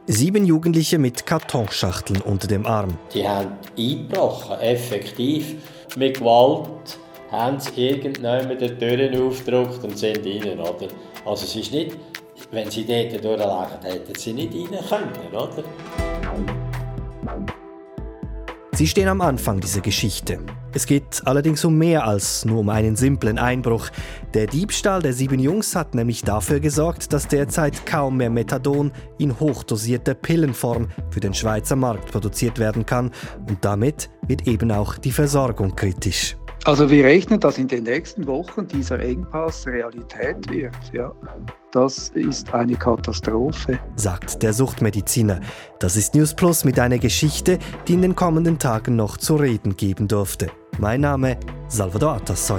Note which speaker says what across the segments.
Speaker 1: 7 Jugendliche mit Kartonschachteln unter dem Arm.
Speaker 2: Die haben eingebrochen, effektiv. Mit Gewalt haben sie irgendjemand die Türen aufgedrückt und sind rein, oder? Also es ist nicht, wenn sie dort durchlaufen, hätten sie nicht rein können, oder?
Speaker 1: Sie stehen am Anfang dieser Geschichte. Es geht allerdings um mehr als nur um einen simplen Einbruch. Der Diebstahl der 7 Jungs hat nämlich dafür gesorgt, dass derzeit kaum mehr Methadon in hochdosierter Pillenform für den Schweizer Markt produziert werden kann. Und damit wird eben auch die Versorgung kritisch.
Speaker 3: Also wir rechnen, dass in den nächsten Wochen dieser Engpass Realität wird. Ja. Das ist eine Katastrophe,
Speaker 1: sagt der Suchtmediziner. Das ist News Plus mit einer Geschichte, die in den kommenden Tagen noch zu reden geben durfte. Mein Name Salvador Atassoy.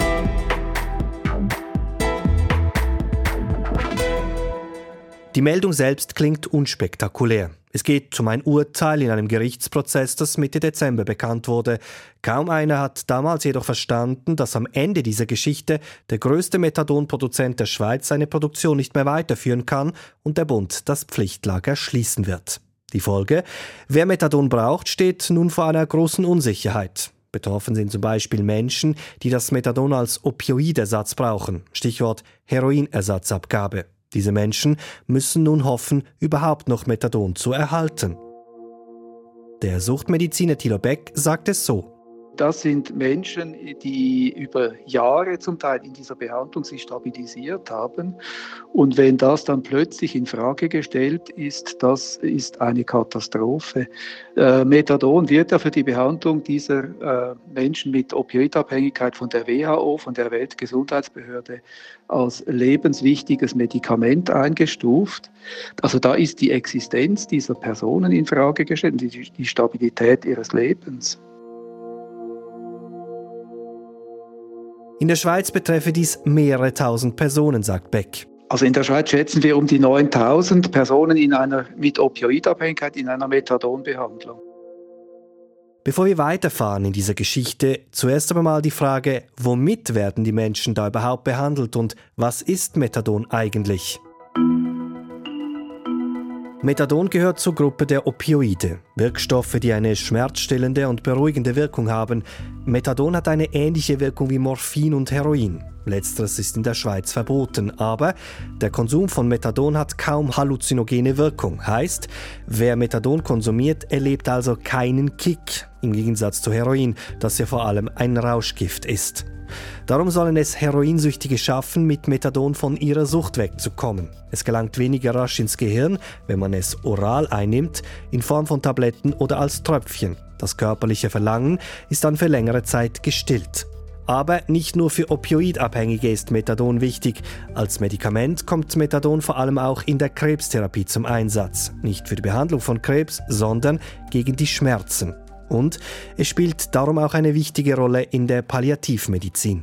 Speaker 1: Die Meldung selbst klingt unspektakulär. Es geht um ein Urteil in einem Gerichtsprozess, das Mitte Dezember bekannt wurde. Kaum einer hat damals jedoch verstanden, dass am Ende dieser Geschichte der grösste Methadonproduzent der Schweiz seine Produktion nicht mehr weiterführen kann und der Bund das Pflichtlager schließen wird. Die Folge? Wer Methadon braucht, steht nun vor einer großen Unsicherheit. Betroffen sind zum Beispiel Menschen, die das Methadon als Opioidersatz brauchen. Stichwort Heroinersatzabgabe. Diese Menschen müssen nun hoffen, überhaupt noch Methadon zu erhalten. Der Suchtmediziner Thilo Beck sagt es so.
Speaker 3: Das sind Menschen, die über Jahre zum Teil in dieser Behandlung sich stabilisiert haben. Und wenn das dann plötzlich in Frage gestellt ist, das ist eine Katastrophe. Methadon wird ja für die Behandlung dieser Menschen mit Opioidabhängigkeit von der WHO, von der Weltgesundheitsbehörde, als lebenswichtiges Medikament eingestuft. Also da ist die Existenz dieser Personen in Frage gestellt, die Stabilität ihres Lebens.
Speaker 1: In der Schweiz betreffe dies mehrere tausend Personen, sagt Beck.
Speaker 3: Also in der Schweiz schätzen wir um die 9.000 Personen mit Opioidabhängigkeit in einer Methadonbehandlung.
Speaker 1: Bevor wir weiterfahren in dieser Geschichte, zuerst aber mal die Frage, womit werden die Menschen da überhaupt behandelt und was ist Methadon eigentlich? Methadon gehört zur Gruppe der Opioide, Wirkstoffe, die eine schmerzstillende und beruhigende Wirkung haben. Methadon hat eine ähnliche Wirkung wie Morphin und Heroin. Letzteres ist in der Schweiz verboten, aber der Konsum von Methadon hat kaum halluzinogene Wirkung. Heißt, wer Methadon konsumiert, erlebt also keinen Kick, im Gegensatz zu Heroin, das ja vor allem ein Rauschgift ist. Darum sollen es Heroinsüchtige schaffen, mit Methadon von ihrer Sucht wegzukommen. Es gelangt weniger rasch ins Gehirn, wenn man es oral einnimmt, in Form von Tabletten oder als Tröpfchen. Das körperliche Verlangen ist dann für längere Zeit gestillt. Aber nicht nur für Opioidabhängige ist Methadon wichtig. Als Medikament kommt Methadon vor allem auch in der Krebstherapie zum Einsatz. Nicht für die Behandlung von Krebs, sondern gegen die Schmerzen. Und es spielt darum auch eine wichtige Rolle in der Palliativmedizin.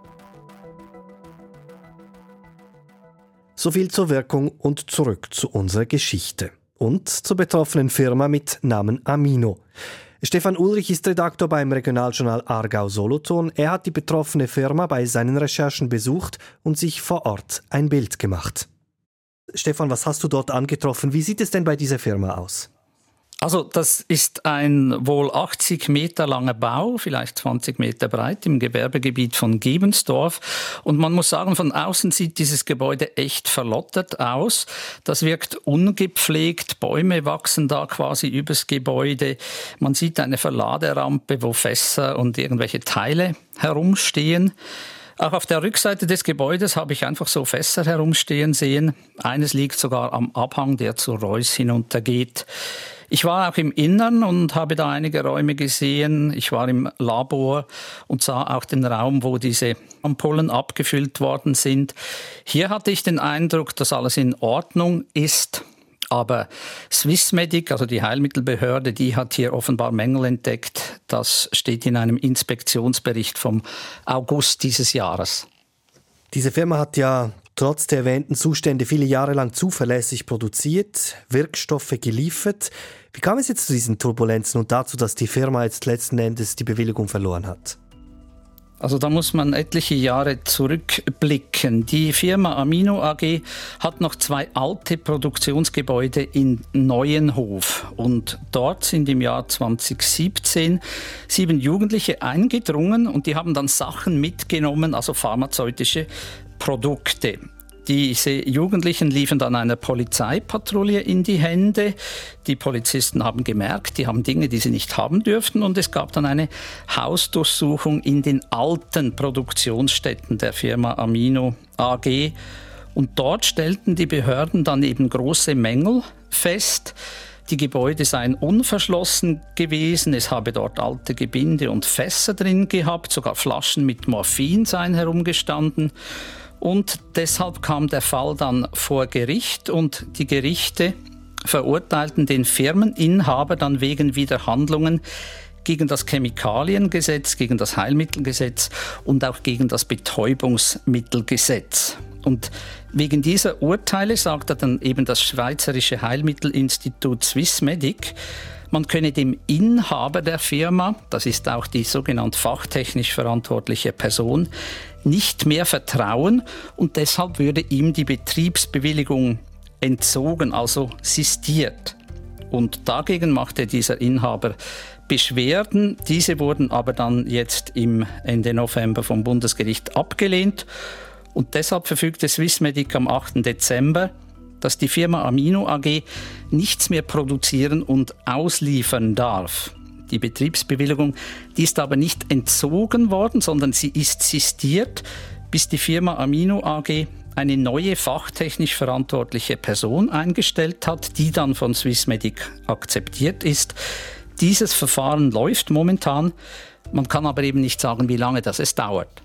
Speaker 1: Soviel zur Wirkung und zurück zu unserer Geschichte. Und zur betroffenen Firma mit Namen Amino. Stefan Ulrich ist Redaktor beim Regionaljournal Aargau-Solothurn. Er hat die betroffene Firma bei seinen Recherchen besucht und sich vor Ort ein Bild gemacht. Stefan, was hast du dort angetroffen? Wie sieht es denn bei dieser Firma aus?
Speaker 4: Also das ist ein wohl 80 Meter langer Bau, vielleicht 20 Meter breit im Gewerbegebiet von Gebensdorf. Und man muss sagen, von außen sieht dieses Gebäude echt verlottert aus. Das wirkt ungepflegt, Bäume wachsen da quasi übers Gebäude. Man sieht eine Verladerampe, wo Fässer und irgendwelche Teile herumstehen. Auch auf der Rückseite des Gebäudes habe ich einfach so Fässer herumstehen sehen. Eines liegt sogar am Abhang, der zu Reuss hinuntergeht. Ich war auch im Innern und habe da einige Räume gesehen. Ich war im Labor und sah auch den Raum, wo diese Ampullen abgefüllt worden sind. Hier hatte ich den Eindruck, dass alles in Ordnung ist. Aber Swissmedic, also die Heilmittelbehörde, die hat hier offenbar Mängel entdeckt. Das steht in einem Inspektionsbericht vom August dieses Jahres.
Speaker 1: Diese Firma hat ja trotz der erwähnten Zustände viele Jahre lang zuverlässig produziert, Wirkstoffe geliefert. Wie kam es jetzt zu diesen Turbulenzen und dazu, dass die Firma jetzt letzten Endes die Bewilligung verloren hat?
Speaker 4: Also da muss man etliche Jahre zurückblicken. Die Firma Amino AG hat noch 2 alte Produktionsgebäude in Neuenhof. Und dort sind im Jahr 2017 7 Jugendliche eingedrungen und die haben dann Sachen mitgenommen, also pharmazeutische Produkte. Diese Jugendlichen liefen dann einer Polizeipatrouille in die Hände. Die Polizisten haben gemerkt, die haben Dinge, die sie nicht haben dürften. Und es gab dann eine Hausdurchsuchung in den alten Produktionsstätten der Firma Amino AG. Und dort stellten die Behörden dann eben große Mängel fest. Die Gebäude seien unverschlossen gewesen. Es habe dort alte Gebinde und Fässer drin gehabt. Sogar Flaschen mit Morphin seien herumgestanden. Und deshalb kam der Fall dann vor Gericht und die Gerichte verurteilten den Firmeninhaber dann wegen Widerhandlungen gegen das Chemikaliengesetz, gegen das Heilmittelgesetz und auch gegen das Betäubungsmittelgesetz. Und wegen dieser Urteile sagte dann eben das Schweizerische Heilmittelinstitut Swissmedic, man könne dem Inhaber der Firma, das ist auch die sogenannte fachtechnisch verantwortliche Person, nicht mehr vertrauen und deshalb würde ihm die Betriebsbewilligung entzogen, also sistiert. Und dagegen machte dieser Inhaber Beschwerden. Diese wurden aber dann jetzt im Ende November vom Bundesgericht abgelehnt. Und deshalb verfügte Swissmedic am 8. Dezember, dass die Firma Amino AG nichts mehr produzieren und ausliefern darf. Die Betriebsbewilligung, die ist aber nicht entzogen worden, sondern sie ist sistiert, bis die Firma Amino AG eine neue fachtechnisch verantwortliche Person eingestellt hat, die dann von Swissmedic akzeptiert ist. Dieses Verfahren läuft momentan. Man kann aber eben nicht sagen, wie lange das dauert.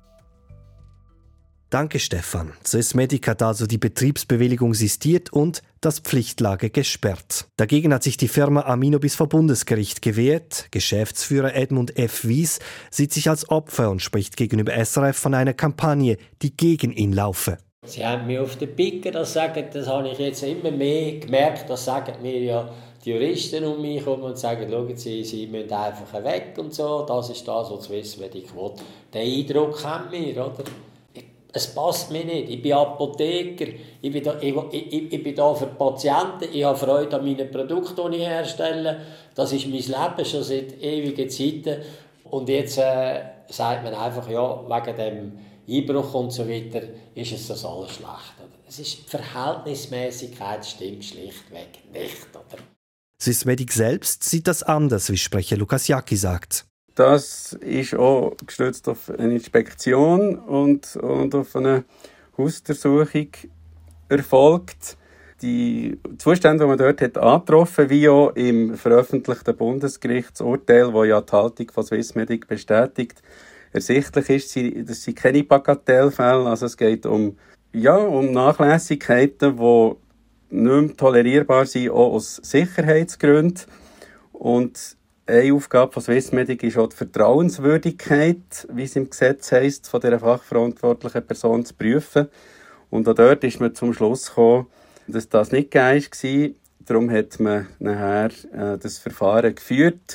Speaker 1: Danke, Stefan. Swissmedic hat also die Betriebsbewilligung sistiert und das Pflichtlager gesperrt. Dagegen hat sich die Firma Amino bis vor Bundesgericht gewehrt. Geschäftsführer Edmund F. Wies sieht sich als Opfer und spricht gegenüber SRF von einer Kampagne, die gegen ihn laufe.
Speaker 2: Sie haben mich auf den Picker, das habe ich jetzt immer mehr gemerkt, das sagen mir ja die Juristen um mich herum und sagen, schauen Sie, Sie müssen einfach weg und so, das ist das, was Swissmedic will. Den Eindruck haben wir, oder? Es passt mir nicht. Ich bin Apotheker, ich bin da für die Patienten, ich habe Freude an meinen Produkten, die ich herstelle. Das ist mein Leben schon seit ewigen Zeiten. Und jetzt sagt man einfach, ja, wegen dem Einbruch und so weiter ist es das alles schlecht. Es ist, die Verhältnismäßigkeit stimmt schlichtweg nicht. Oder?
Speaker 1: Swissmedic selbst sieht das anders, wie Sprecher Lukas Jacki sagt.
Speaker 5: Das ist auch gestützt auf eine Inspektion und auf eine Hausdurchsuchung erfolgt. Die Zustände, die man dort hat angetroffen, wie auch im veröffentlichten Bundesgerichtsurteil, wo ja die Haltung von Swissmedic bestätigt, ersichtlich ist, das sind keine Bagatellfälle. Also es geht um Nachlässigkeiten, die nicht mehr tolerierbar sind, auch aus Sicherheitsgründen. Und eine Aufgabe von Swissmedic ist auch die Vertrauenswürdigkeit, wie es im Gesetz heisst, von dieser fachverantwortlichen Person zu prüfen. Und auch dort ist man zum Schluss gekommen, dass das nicht gegeben war. Darum hat man nachher das Verfahren geführt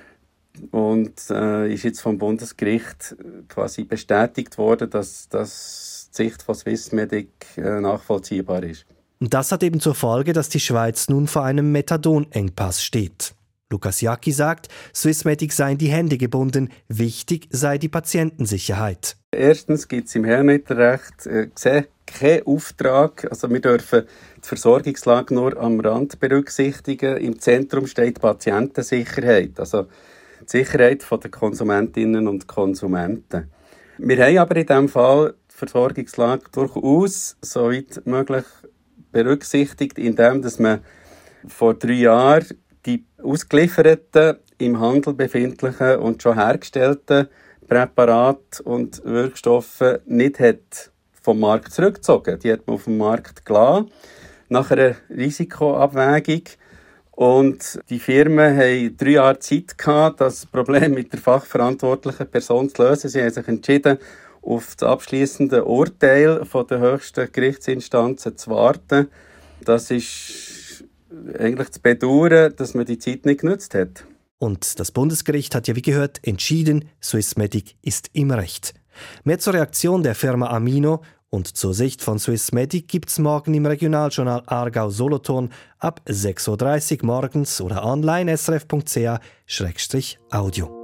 Speaker 5: und ist jetzt vom Bundesgericht quasi bestätigt worden, dass das die Sicht von Swissmedic nachvollziehbar ist.
Speaker 1: Und das hat eben zur Folge, dass die Schweiz nun vor einem Methadonengpass steht. Lukas Jacki sagt, Swissmedic sei in die Hände gebunden, wichtig sei die Patientensicherheit.
Speaker 5: Erstens gibt es im Heilmittelrecht keinen Auftrag, also wir dürfen die Versorgungslage nur am Rand berücksichtigen. Im Zentrum steht die Patientensicherheit, also die Sicherheit der Konsumentinnen und Konsumenten. Wir haben aber in diesem Fall die Versorgungslage durchaus so weit möglich berücksichtigt, indem dass man vor 3 Jahren die ausgelieferten, im Handel befindlichen und schon hergestellten Präparate und Wirkstoffe nicht hat vom Markt zurückgezogen. Die hat man auf dem Markt gelassen, nach einer Risikoabwägung. Und die Firmen hatten 3 Jahre Zeit gehabt, das Problem mit der fachverantwortlichen Person zu lösen. Sie haben sich entschieden, auf das abschliessende Urteil von der höchsten Gerichtsinstanzen zu warten. Das ist eigentlich zu bedauern, dass man die Zeit nicht genutzt hat.
Speaker 1: Und das Bundesgericht hat ja wie gehört entschieden, Swissmedic ist im Recht. Mehr zur Reaktion der Firma Amino und zur Sicht von Swissmedic gibt's morgen im Regionaljournal Aargau-Solothurn ab 6.30 Uhr morgens oder online srf.ch/audio.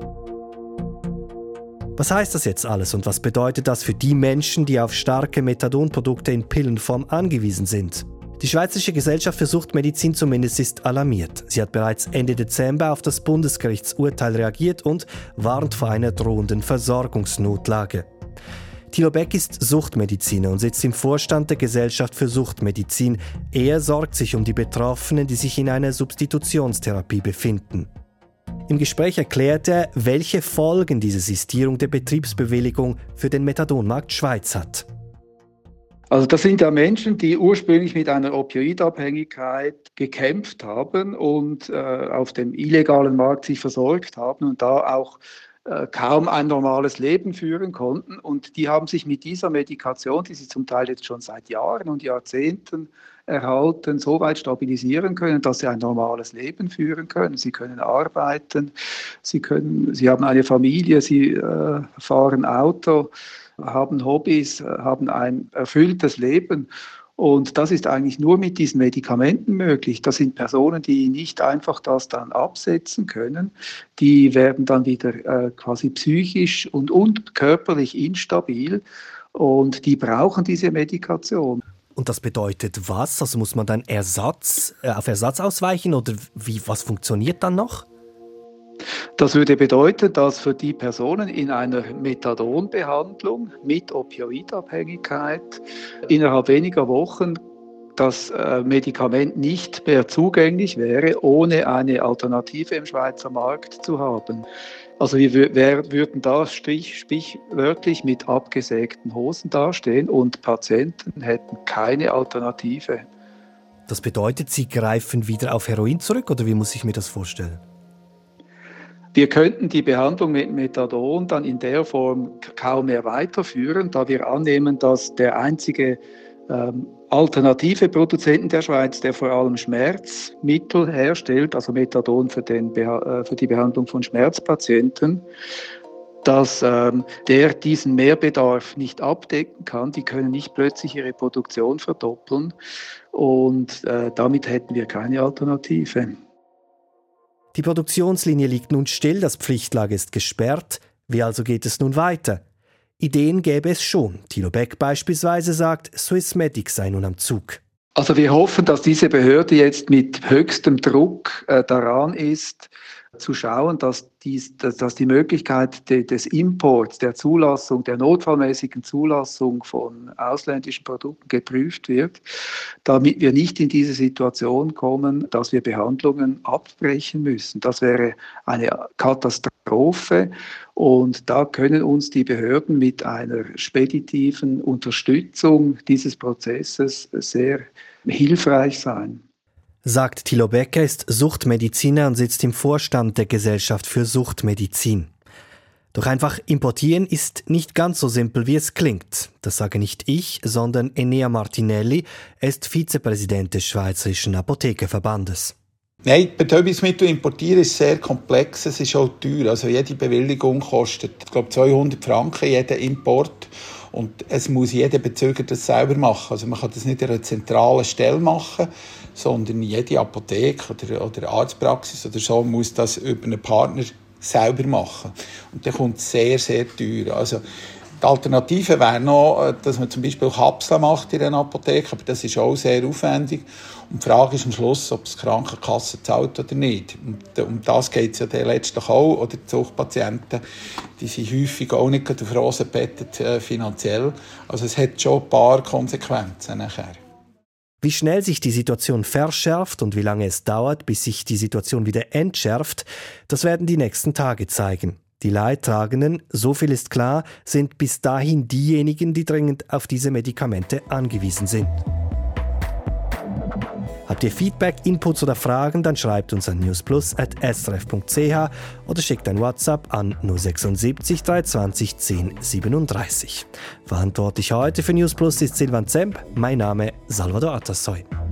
Speaker 1: Was heißt das jetzt alles und was bedeutet das für die Menschen, die auf starke Methadonprodukte in Pillenform angewiesen sind? Die Schweizerische Gesellschaft für Suchtmedizin zumindest ist alarmiert. Sie hat bereits Ende Dezember auf das Bundesgerichtsurteil reagiert und warnt vor einer drohenden Versorgungsnotlage. Thilo Beck ist Suchtmediziner und sitzt im Vorstand der Gesellschaft für Suchtmedizin. Er sorgt sich um die Betroffenen, die sich in einer Substitutionstherapie befinden. Im Gespräch erklärt er, welche Folgen diese Sistierung der Betriebsbewilligung für den Methadonmarkt Schweiz hat.
Speaker 3: Also das sind ja Menschen, die ursprünglich mit einer Opioidabhängigkeit gekämpft haben und auf dem illegalen Markt sich versorgt haben und da auch kaum ein normales Leben führen konnten. Und die haben sich mit dieser Medikation, die sie zum Teil jetzt schon seit Jahren und Jahrzehnten erhalten, so weit stabilisieren können, dass sie ein normales Leben führen können. Sie können arbeiten, sie haben eine Familie, sie fahren Auto, haben Hobbys, haben ein erfülltes Leben. Und das ist eigentlich nur mit diesen Medikamenten möglich. Das sind Personen, die nicht einfach das dann absetzen können. Die werden dann wieder quasi psychisch und körperlich instabil und die brauchen diese Medikation.
Speaker 1: Und das bedeutet was? Also muss man dann auf Ersatz ausweichen oder was funktioniert dann noch?
Speaker 3: Das würde bedeuten, dass für die Personen in einer Methadonbehandlung mit Opioidabhängigkeit innerhalb weniger Wochen das Medikament nicht mehr zugänglich wäre, ohne eine Alternative im Schweizer Markt zu haben. Also wir würden da sprichwörtlich mit abgesägten Hosen dastehen und Patienten hätten keine Alternative.
Speaker 1: Das bedeutet, sie greifen wieder auf Heroin zurück oder wie muss ich mir das vorstellen?
Speaker 3: Wir könnten die Behandlung mit Methadon dann in der Form kaum mehr weiterführen, da wir annehmen, dass der einzige alternative Produzenten der Schweiz, der vor allem Schmerzmittel herstellt, also Methadon für die Behandlung von Schmerzpatienten, dass der diesen Mehrbedarf nicht abdecken kann. Die können nicht plötzlich ihre Produktion verdoppeln und damit hätten wir keine Alternative.
Speaker 1: Die Produktionslinie liegt nun still, das Pflichtlager ist gesperrt. Wie also geht es nun weiter? Ideen gäbe es schon. Thilo Beck beispielsweise sagt, Swissmedic sei nun am Zug.
Speaker 3: Also wir hoffen, dass diese Behörde jetzt mit höchstem Druck daran ist, zu schauen, dass die Möglichkeit des Imports, der Zulassung, der notfallmäßigen Zulassung von ausländischen Produkten geprüft wird, damit wir nicht in diese Situation kommen, dass wir Behandlungen abbrechen müssen. Das wäre eine Katastrophe und da können uns die Behörden mit einer speditiven Unterstützung dieses Prozesses sehr hilfreich sein.
Speaker 1: Sagt Thilo Beck, er ist Suchtmediziner und sitzt im Vorstand der Gesellschaft für Suchtmedizin. Doch einfach importieren ist nicht ganz so simpel, wie es klingt. Das sage nicht ich, sondern Enea Martinelli. Er ist Vizepräsident des Schweizerischen Apothekerverbandes.
Speaker 6: Nein, Betäubungsmittel importieren ist sehr komplex, es ist auch teuer. Also jede Bewilligung kostet, ich glaube, 200 Franken, jeder Import. Und es muss jeder Bezüger das selber machen. Also man kann das nicht an einer zentralen Stelle machen, sondern jede Apotheke oder Arztpraxis oder so muss das über einen Partner selber machen. Und der kommt sehr, sehr teuer. Also die Alternative wäre noch, dass man zum Beispiel Kapseln macht in einer Apotheke, aber das ist auch sehr aufwendig. Und die Frage ist am Schluss, ob es die Krankenkasse zahlt oder nicht. Und um das geht es ja dann letztlich auch. Oder die Suchtpatienten, die sind häufig auch nicht auf Rosen gebettet finanziell. Also es hat schon ein paar Konsequenzen nachher.
Speaker 1: Wie schnell sich die Situation verschärft und wie lange es dauert, bis sich die Situation wieder entschärft, das werden die nächsten Tage zeigen. Die Leidtragenden, so viel ist klar, sind bis dahin diejenigen, die dringend auf diese Medikamente angewiesen sind. Habt ihr Feedback, Inputs oder Fragen, dann schreibt uns an newsplus@srf.ch oder schickt ein WhatsApp an 076 320 10 37. Verantwortlich heute für Newsplus ist Silvan Zemp, mein Name Salvador Atassoy.